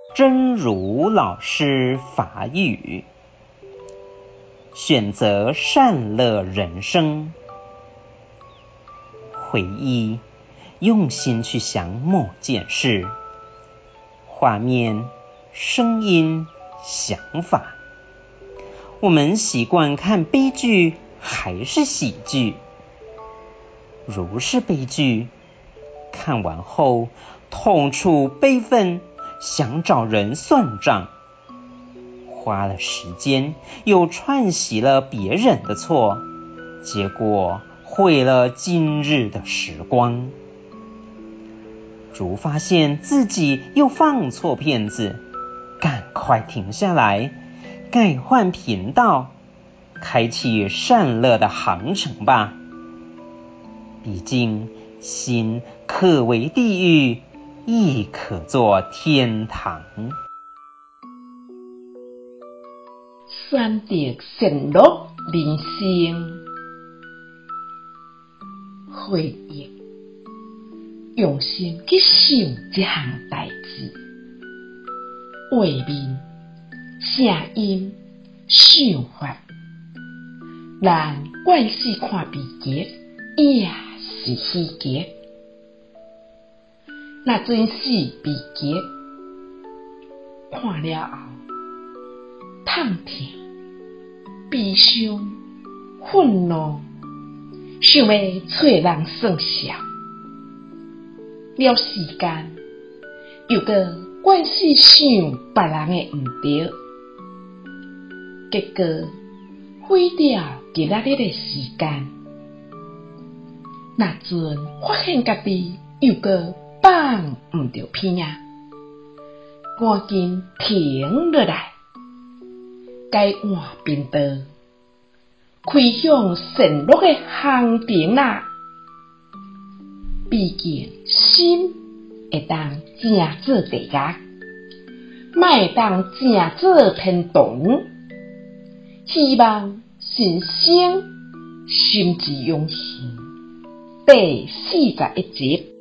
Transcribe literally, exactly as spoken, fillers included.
真如老师法语，选择善乐人生。回忆，用心去想某件事，画面、声音、想法。我们习惯看悲剧还是喜剧？如是悲剧，看完后痛楚悲愤，想找人算账，花了时间又串习了别人的错，结果毁了今日的时光。如发现自己又放错片子，赶快停下来，改换频道，开启善乐的航程吧。毕竟心可为地狱，亦可作天堂。 选择善乐人生，回忆用心去想这项代志，画面、声音、想法，咱惯是看悲剧，也是喜剧。若真是悲剧，看了后痛痛、悲伤、愤怒，想要找人算账。了时间，又搁惯是想别人的毋对，结果毁掉今仔日的时间。若阵发现家己又搁放毋着片啊，赶紧停落来，改换频道，开向善乐的航程啊！毕竟心会当正做地狱，莫会当正做天堂。希望新生心之勇士第四十一集。